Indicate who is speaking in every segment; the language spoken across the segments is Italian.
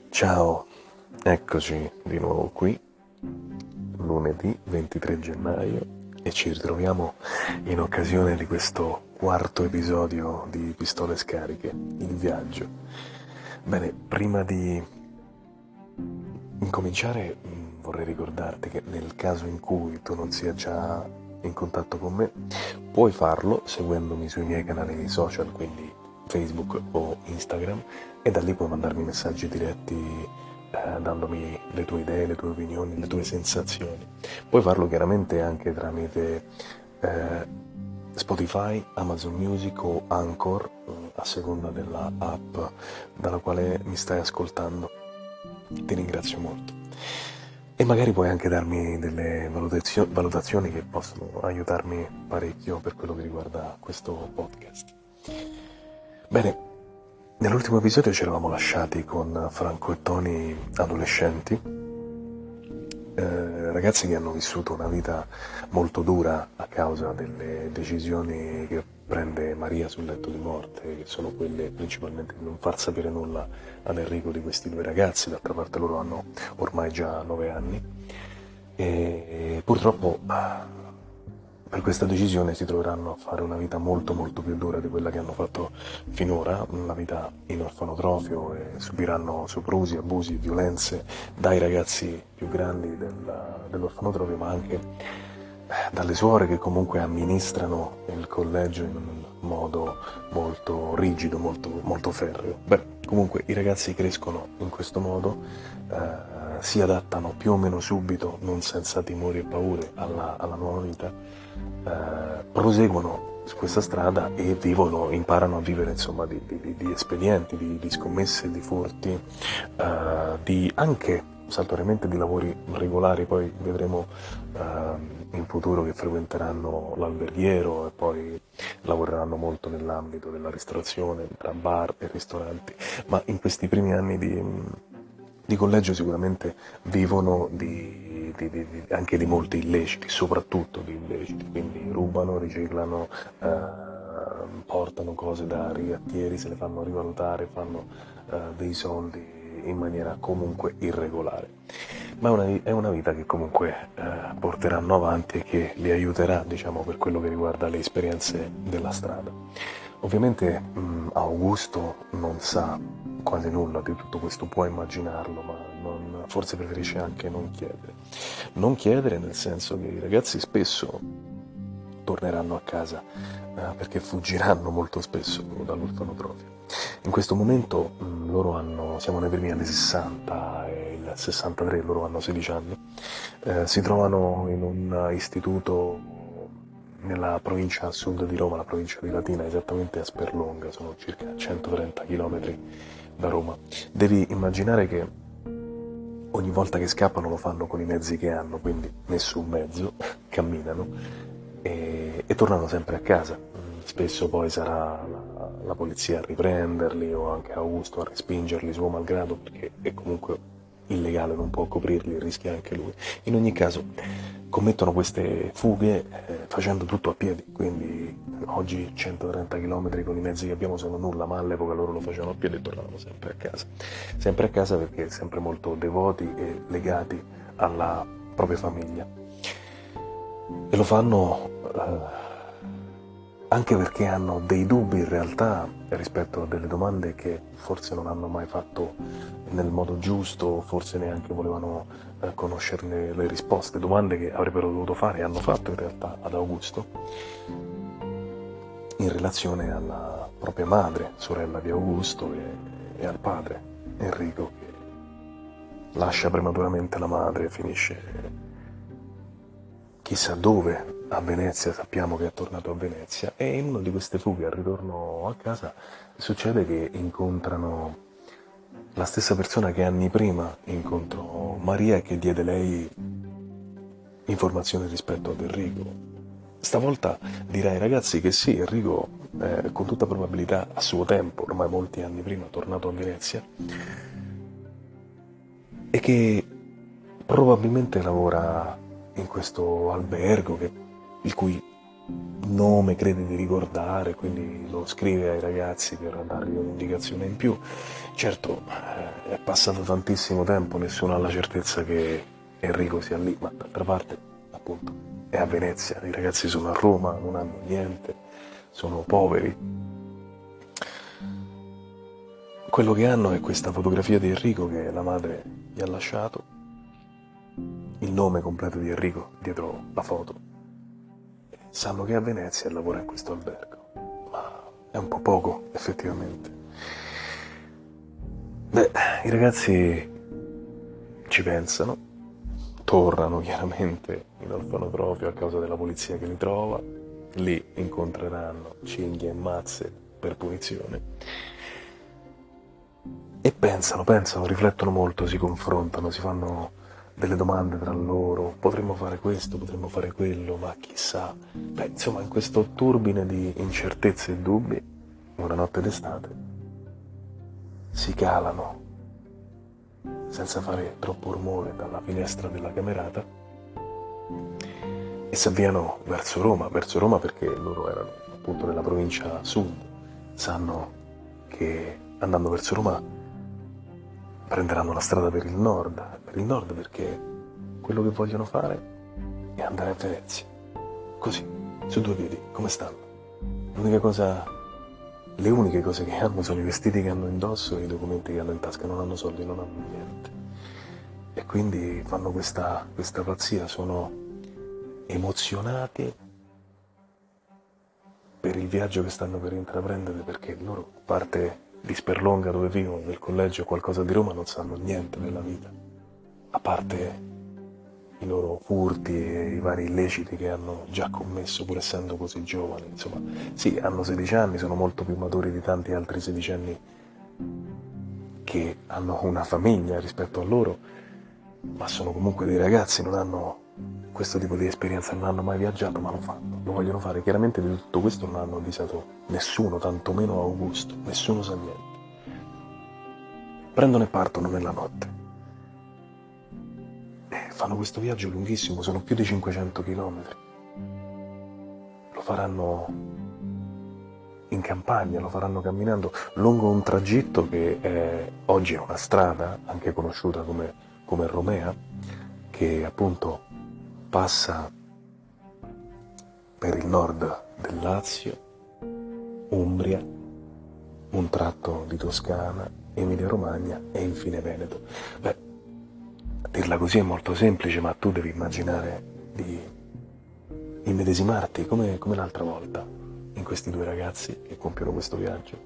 Speaker 1: Ciao, eccoci di nuovo qui, lunedì 23 gennaio e ci ritroviamo in occasione di questo quarto episodio di Pistole Scariche, il viaggio. Bene, prima di incominciare vorrei ricordarti che nel caso in cui tu non sia già in contatto con me, puoi farlo seguendomi sui miei canali social, quindi Facebook o Instagram, e da lì puoi mandarmi messaggi diretti dandomi le tue idee, le tue opinioni, le tue sensazioni. Puoi farlo chiaramente anche tramite Spotify, Amazon Music o Anchor, a seconda della app dalla quale mi stai ascoltando. Ti ringrazio molto. E magari puoi anche darmi delle valutazioni che possono aiutarmi parecchio per quello che riguarda questo podcast. Bene, nell'ultimo episodio ci eravamo lasciati con Franco e Tony adolescenti, ragazzi che hanno vissuto una vita molto dura a causa delle decisioni che prende Maria sul letto di morte, che sono quelle principalmente di non far sapere nulla ad Enrico di questi due ragazzi. D'altra parte loro hanno ormai già 9 anni e purtroppo per questa decisione si troveranno a fare una vita molto molto più dura di quella che hanno fatto finora, una vita in orfanotrofio, e subiranno soprusi, abusi, violenze dai ragazzi più grandi dell'orfanotrofio, ma anche dalle suore che comunque amministrano il collegio in un modo molto rigido, molto, molto ferreo. Beh, comunque i ragazzi crescono in questo modo, si adattano più o meno subito, non senza timori e paure, alla nuova vita, proseguono su questa strada e vivono, imparano a vivere insomma di espedienti, di scommesse, di furti, di anche saltuariamente di lavori regolari. Poi vedremo in futuro che frequenteranno l'alberghiero e poi lavoreranno molto nell'ambito della ristorazione, tra bar e ristoranti, ma in questi primi anni di collegio sicuramente vivono anche di molti illeciti, soprattutto di illeciti, quindi rubano, riciclano, portano cose da rigattieri, se le fanno rivalutare, fanno dei soldi in maniera comunque irregolare. Ma è una vita che comunque porteranno avanti e che li aiuterà, diciamo, per quello che riguarda le esperienze della strada. Ovviamente Augusto non sa quasi nulla di tutto questo, può immaginarlo, ma forse preferisce anche non chiedere. Non chiedere nel senso che i ragazzi spesso torneranno a casa perché fuggiranno molto spesso dall'orfanotrofio. In questo momento siamo nei primi anni 60 e il 63, loro hanno 16 anni, si trovano in un istituto nella provincia a sud di Roma, la provincia di Latina, esattamente a Sperlonga, sono circa 130 km da Roma. Devi immaginare che ogni volta che scappano lo fanno con i mezzi che hanno, quindi nessun mezzo, camminano e tornano sempre a casa. Spesso poi sarà la polizia a riprenderli o anche Augusto a respingerli suo malgrado, perché è comunque illegale, non può coprirli, rischia anche lui. In ogni caso commettono queste fughe facendo tutto a piedi, quindi oggi 130 km con i mezzi che abbiamo sono nulla, ma all'epoca loro lo facevano a piedi e tornavano sempre a casa. Sempre a casa perché sempre molto devoti e legati alla propria famiglia. E lo fanno anche perché hanno dei dubbi in realtà rispetto a delle domande che forse non hanno mai fatto nel modo giusto, forse neanche volevano conoscerne le risposte, domande che avrebbero dovuto fare e hanno fatto in realtà ad Augusto in relazione alla propria madre, sorella di Augusto, e al padre, Enrico, che lascia prematuramente la madre e finisce chissà dove, a Venezia. Sappiamo che è tornato a Venezia, e in una di queste fughe al ritorno a casa succede che incontrano la stessa persona che anni prima incontrò Maria e che diede lei informazioni rispetto ad Enrico. Stavolta dirà ai ragazzi che sì, Enrico con tutta probabilità a suo tempo, ormai molti anni prima, è tornato a Venezia e che probabilmente lavora in questo albergo il cui nome crede di ricordare, quindi lo scrive ai ragazzi per dargli un'indicazione in più. Certo, è passato tantissimo tempo, nessuno ha la certezza che Enrico sia lì, ma d'altra parte, appunto, è a Venezia, i ragazzi sono a Roma, non hanno niente, sono poveri. Quello che hanno è questa fotografia di Enrico che la madre gli ha lasciato, il nome completo di Enrico dietro la foto. Sanno che è a Venezia e lavora in questo albergo, ma è un po' poco, effettivamente. Beh, i ragazzi ci pensano, tornano chiaramente in orfanotrofio a causa della polizia che li trova, lì incontreranno cinghie e mazze per punizione e pensano, riflettono molto, si confrontano, si fanno delle domande tra loro, potremmo fare questo, potremmo fare quello, ma chissà. Beh, insomma, in questo turbine di incertezze e dubbi, una notte d'estate, si calano senza fare troppo rumore dalla finestra della camerata e si avviano verso Roma perché loro erano appunto nella provincia sud, sanno che andando verso Roma prenderanno la strada per il nord perché quello che vogliono fare è andare a Venezia, così, su due piedi, come stanno. Le uniche cose che hanno sono i vestiti che hanno indosso e i documenti che hanno in tasca, non hanno soldi, non hanno niente. E quindi fanno questa pazzia, sono emozionati per il viaggio che stanno per intraprendere, perché loro, a parte di Sperlonga dove vivono, del collegio, qualcosa di Roma, non sanno niente della vita, a parte i loro furti e i vari illeciti che hanno già commesso pur essendo così giovani. Insomma, sì, hanno 16 anni, sono molto più maturi di tanti altri sedicenni che hanno una famiglia rispetto a loro, ma sono comunque dei ragazzi, non hanno questo tipo di esperienza, non hanno mai viaggiato, ma lo fanno, lo vogliono fare. Chiaramente di tutto questo non hanno avvisato nessuno, tantomeno Augusto, nessuno sa niente. Prendono e partono nella notte. Fanno questo viaggio lunghissimo, sono più di 500 km. Lo faranno in campagna, lo faranno camminando lungo un tragitto che oggi è una strada, anche conosciuta come Romea, che appunto passa per il nord del Lazio, Umbria, un tratto di Toscana, Emilia-Romagna e infine Veneto. Beh, dirla così è molto semplice, ma tu devi immaginare di immedesimarti come l'altra volta in questi due ragazzi che compiono questo viaggio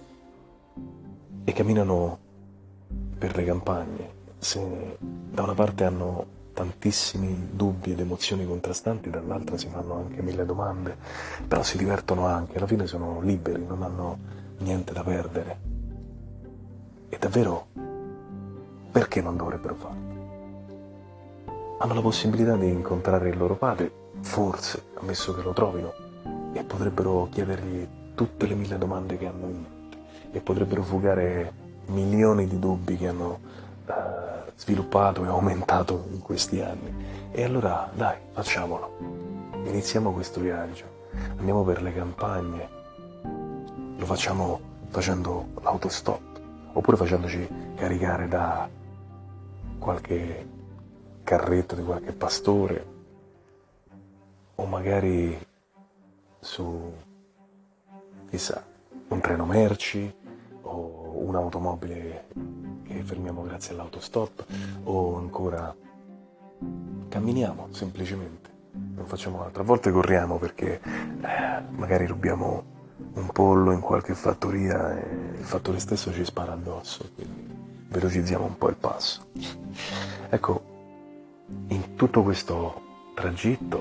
Speaker 1: e camminano per le campagne. Se da una parte hanno tantissimi dubbi ed emozioni contrastanti, dall'altra si fanno anche 1000 domande, però si divertono anche, alla fine sono liberi, non hanno niente da perdere. E davvero, perché non dovrebbero farlo? Hanno la possibilità di incontrare il loro padre, forse, ammesso che lo trovino, e potrebbero chiedergli tutte le 1000 domande che hanno in mente, e potrebbero fugare milioni di dubbi che hanno sviluppato e aumentato in questi anni. E allora, dai, facciamolo. Iniziamo questo viaggio, andiamo per le campagne, lo facciamo facendo l'autostop, oppure facendoci caricare da qualche carretto di qualche pastore, o magari su, chissà, un treno merci o un'automobile che fermiamo grazie all'autostop, o ancora camminiamo semplicemente, non facciamo altro. A volte corriamo perché magari rubiamo un pollo in qualche fattoria e il fattore stesso ci spara addosso, quindi velocizziamo un po' il passo. Ecco, in tutto questo tragitto,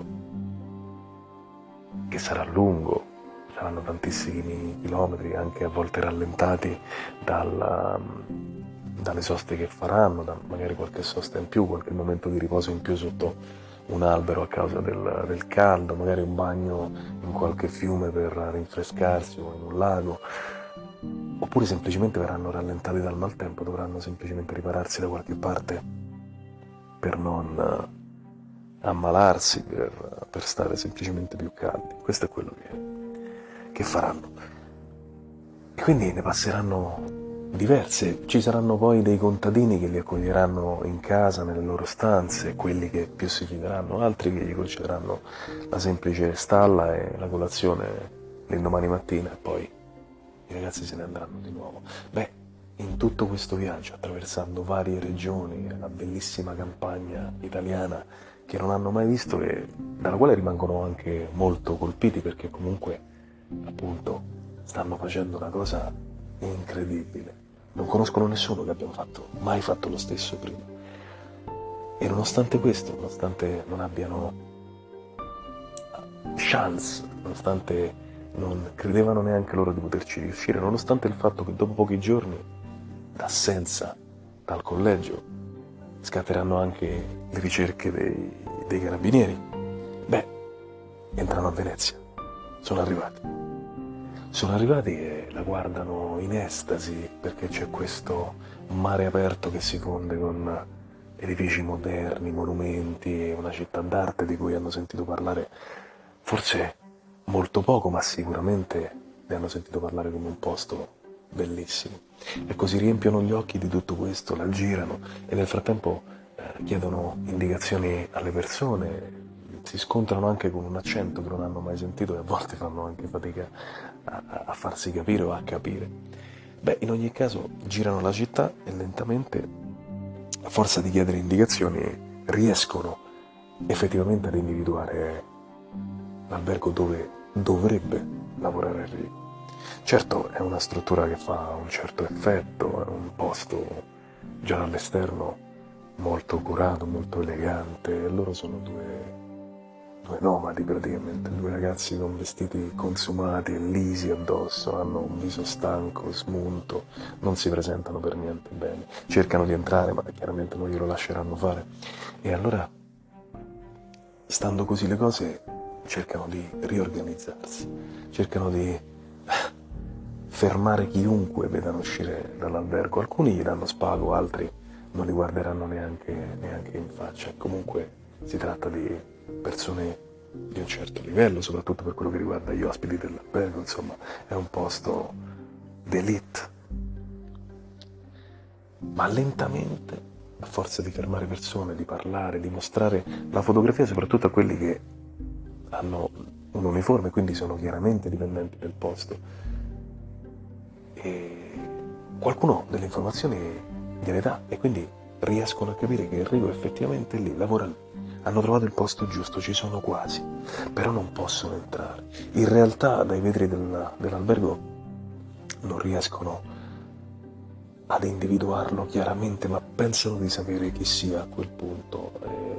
Speaker 1: che sarà lungo, saranno tantissimi chilometri, anche a volte rallentati dalle soste che faranno, da magari qualche sosta in più, qualche momento di riposo in più sotto un albero a causa del caldo, magari un bagno in qualche fiume per rinfrescarsi o in un lago, oppure semplicemente verranno rallentati dal maltempo, dovranno semplicemente ripararsi da qualche parte per non ammalarsi, per stare semplicemente più caldi. Questo è quello che faranno. E quindi ne passeranno diverse. Ci saranno poi dei contadini che li accoglieranno in casa, nelle loro stanze, quelli che più si fideranno, altri che gli concederanno la semplice stalla e la colazione l'indomani mattina, e poi i ragazzi se ne andranno di nuovo. Beh, in tutto questo viaggio, attraversando varie regioni, la bellissima campagna italiana che non hanno mai visto e dalla quale rimangono anche molto colpiti, perché comunque, appunto, stanno facendo una cosa incredibile. Non conoscono nessuno che abbia mai fatto lo stesso prima. E nonostante questo, nonostante non abbiano chance, nonostante non credevano neanche loro di poterci riuscire, nonostante il fatto che dopo pochi giorni d'assenza dal collegio scatteranno anche le ricerche dei carabinieri, beh, entrano a Venezia. Sono arrivati e la guardano in estasi, perché c'è questo mare aperto che si fonde con edifici moderni, monumenti, una città d'arte di cui hanno sentito parlare forse molto poco, ma sicuramente ne hanno sentito parlare come un posto bellissimo. E così riempiono gli occhi di tutto questo, la girano e nel frattempo chiedono indicazioni alle persone, si scontrano anche con un accento che non hanno mai sentito e a volte fanno anche fatica a farsi capire o a capire. Beh, in ogni caso girano la città e lentamente, a forza di chiedere indicazioni, riescono effettivamente ad individuare l'albergo dove dovrebbe lavorare Enrico. Certo, è una struttura che fa un certo effetto, è un posto già dall'esterno molto curato, molto elegante, e loro sono due nomadi praticamente, due ragazzi con vestiti consumati e lisi addosso, hanno un viso stanco, smunto, non si presentano per niente bene, cercano di entrare ma chiaramente non glielo lasceranno fare. E allora, stando così le cose, cercano di riorganizzarsi, cercano di fermare chiunque vedano uscire dall'albergo. Alcuni gli danno spago, altri non li guarderanno neanche in faccia. Comunque si tratta di persone di un certo livello, soprattutto per quello che riguarda gli ospiti dell'albergo. Insomma, è un posto d'élite. Ma lentamente, a forza di fermare persone, di parlare, di mostrare la fotografia soprattutto a quelli che hanno un uniforme, quindi sono chiaramente dipendenti del posto, e qualcuno delle informazioni gliele dà e quindi riescono a capire che Enrico effettivamente lì lavora lì. Hanno trovato il posto giusto, ci sono quasi, però non possono entrare. In realtà dai vetri dell'albergo non riescono ad individuarlo chiaramente, ma pensano di sapere chi sia a quel punto.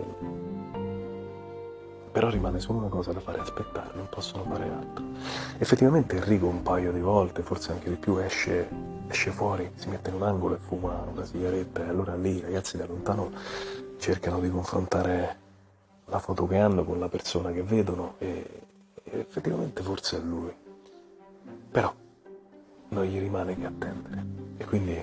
Speaker 1: Però rimane solo una cosa da fare, aspettare, non possono fare altro. Effettivamente Enrico un paio di volte, forse anche di più, esce fuori, si mette in un angolo e fuma una sigaretta, e allora lì i ragazzi da lontano cercano di confrontare la foto che hanno con la persona che vedono e effettivamente forse è lui. Però non gli rimane che attendere e quindi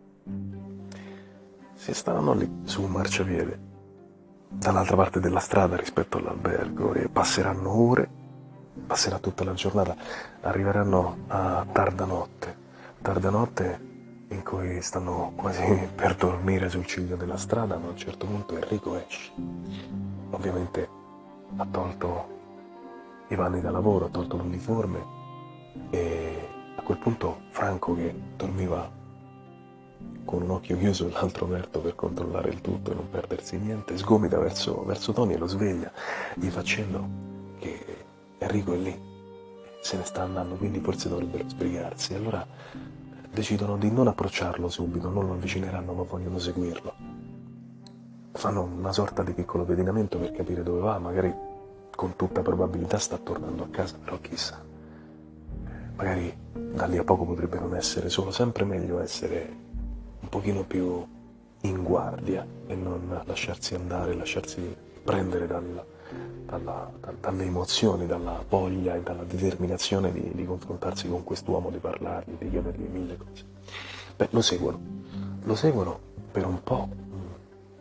Speaker 1: si stavano lì su un marciapiede dall'altra parte della strada rispetto all'albergo e passeranno ore, passerà tutta la giornata, arriveranno a tarda notte in cui stanno quasi per dormire sul ciglio della strada, ma a un certo punto Enrico esce. Ovviamente ha tolto i panni da lavoro, ha tolto l'uniforme e a quel punto Franco, che dormiva con un occhio chiuso e l'altro aperto per controllare il tutto e non perdersi niente, sgomita verso Tony e lo sveglia, gli fa cenno che Enrico è lì, se ne sta andando, quindi forse dovrebbero sbrigarsi. Allora decidono di non approcciarlo subito, non lo avvicineranno, ma vogliono seguirlo. Fanno una sorta di piccolo pedinamento per capire dove va, magari con tutta probabilità sta tornando a casa, però chissà. Magari da lì a poco potrebbe non essere solo, sempre meglio essere un pochino più in guardia e non lasciarsi andare, lasciarsi prendere dalle emozioni, dalla voglia e dalla determinazione di confrontarsi con quest'uomo, di parlargli, di chiedergli mille cose. Beh, lo seguono per un po',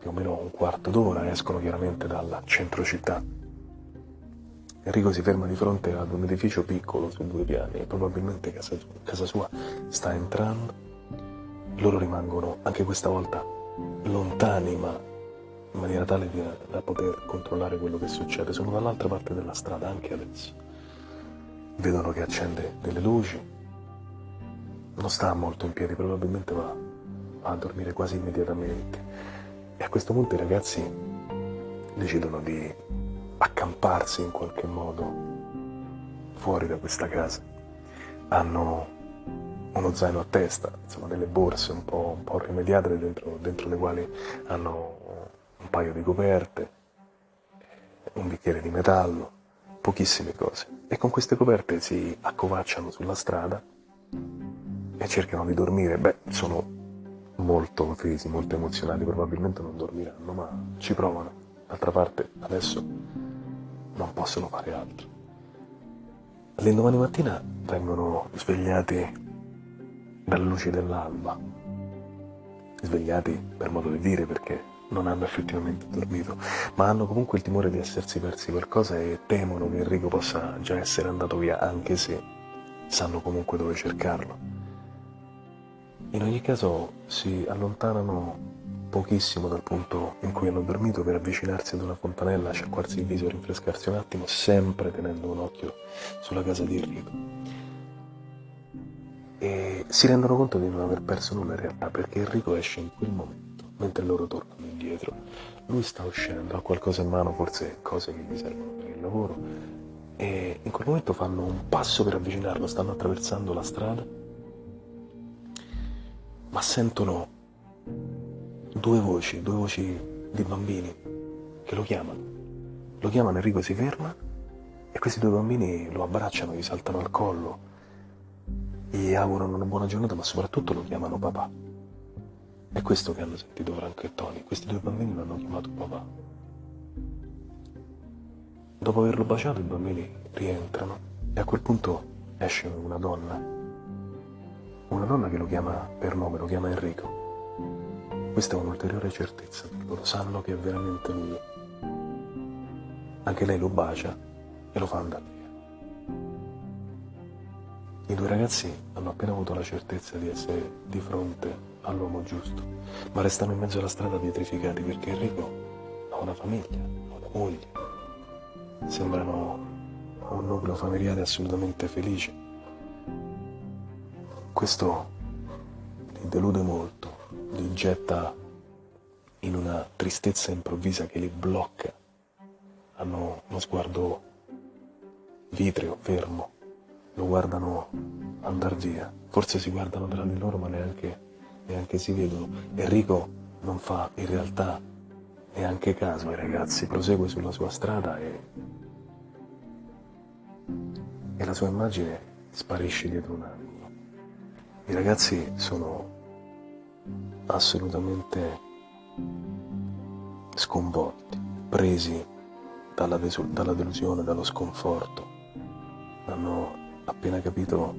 Speaker 1: più o meno un quarto d'ora, escono chiaramente dal centro città. Enrico si ferma di fronte ad un edificio piccolo su 2 piani e probabilmente casa sua sta entrando. Loro rimangono anche questa volta lontani, ma in maniera tale da poter controllare quello che succede. Sono dall'altra parte della strada anche adesso. Vedono che accende delle luci, non sta molto in piedi, probabilmente va a dormire quasi immediatamente. E a questo punto i ragazzi decidono di accamparsi in qualche modo fuori da questa casa. Hanno uno zaino a testa, insomma delle borse un po' rimediate dentro le quali hanno un paio di coperte, un bicchiere di metallo, pochissime cose. E con queste coperte si accovacciano sulla strada e cercano di dormire. Sono molto tesi, molto emozionati, probabilmente non dormiranno, ma ci provano. D'altra parte adesso non possono fare altro. L'indomani mattina vengono svegliati dalle luci dell'alba, svegliati per modo di dire perché non hanno effettivamente dormito, ma hanno comunque il timore di essersi persi qualcosa e temono che Enrico possa già essere andato via, anche se sanno comunque dove cercarlo. In ogni caso si allontanano pochissimo dal punto in cui hanno dormito per avvicinarsi ad una fontanella, sciacquarsi il viso e rinfrescarsi un attimo, sempre tenendo un occhio sulla casa di Enrico. E si rendono conto di non aver perso nulla in realtà, perché Enrico esce in quel momento, mentre loro tornano indietro. Lui sta uscendo, ha qualcosa in mano, forse cose che gli servono per il lavoro, e in quel momento fanno un passo per avvicinarlo, stanno attraversando la strada, ma sentono due voci di bambini che lo chiamano. Enrico si ferma e questi 2 bambini lo abbracciano, gli saltano al collo, gli augurano una buona giornata, ma soprattutto lo chiamano papà. È questo che hanno sentito Franco e Tony, questi 2 bambini l'hanno chiamato papà. Dopo averlo baciato i bambini rientrano e a quel punto esce una donna che lo chiama per nome, lo chiama Enrico. Questa è un'ulteriore certezza, loro sanno che è veramente lui. Anche lei lo bacia e lo fa andare via. I 2 ragazzi hanno appena avuto la certezza di essere di fronte all'uomo giusto, ma restano in mezzo alla strada pietrificati perché Enrico ha una famiglia, ha una moglie. Sembrano un nucleo familiare assolutamente felice. Questo li delude molto, li getta in una tristezza improvvisa che li blocca. Hanno uno sguardo vitreo, fermo, lo guardano andar via. Forse si guardano tra di loro, ma neanche si vedono. Enrico non fa in realtà neanche caso ai ragazzi, prosegue sulla sua strada e la sua immagine sparisce dietro un angolo. I ragazzi sono assolutamente sconvolti, presi dalla delusione, dallo sconforto. Hanno appena capito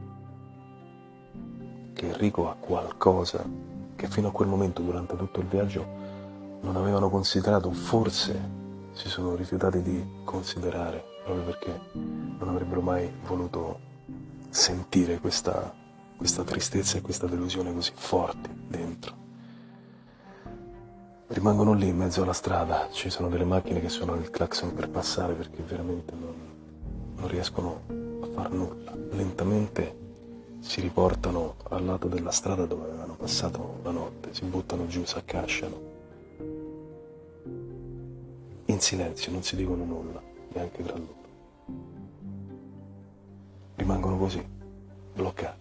Speaker 1: che Enrico ha qualcosa che fino a quel momento, durante tutto il viaggio, non avevano considerato, forse si sono rifiutati di considerare, proprio perché non avrebbero mai voluto sentire questa tristezza e questa delusione così forti dentro. Rimangono lì in mezzo alla strada, ci sono delle macchine che suonano il clacson per passare perché veramente non riescono a far nulla. Lentamente si riportano al lato della strada dove avevano passato la notte, si buttano giù, si accasciano. In silenzio, non si dicono nulla, neanche tra loro. Rimangono così, bloccati.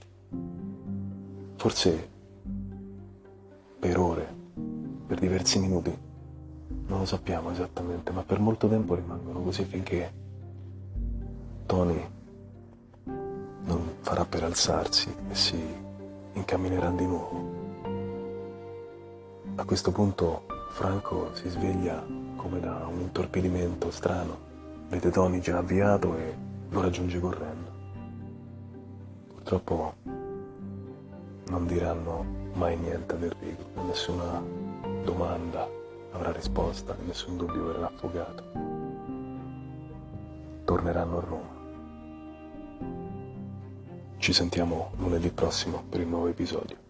Speaker 1: Forse per ore, per diversi minuti, non lo sappiamo esattamente, ma per molto tempo rimangono così finché Tony non farà per alzarsi e si incamminerà di nuovo. A questo punto Franco si sveglia come da un intorpidimento strano, vede Tony già avviato e lo raggiunge correndo. Purtroppo non diranno mai niente ad Enrico, nessuna domanda avrà risposta e nessun dubbio verrà affogato. Torneranno a Roma. Ci sentiamo lunedì prossimo per il nuovo episodio.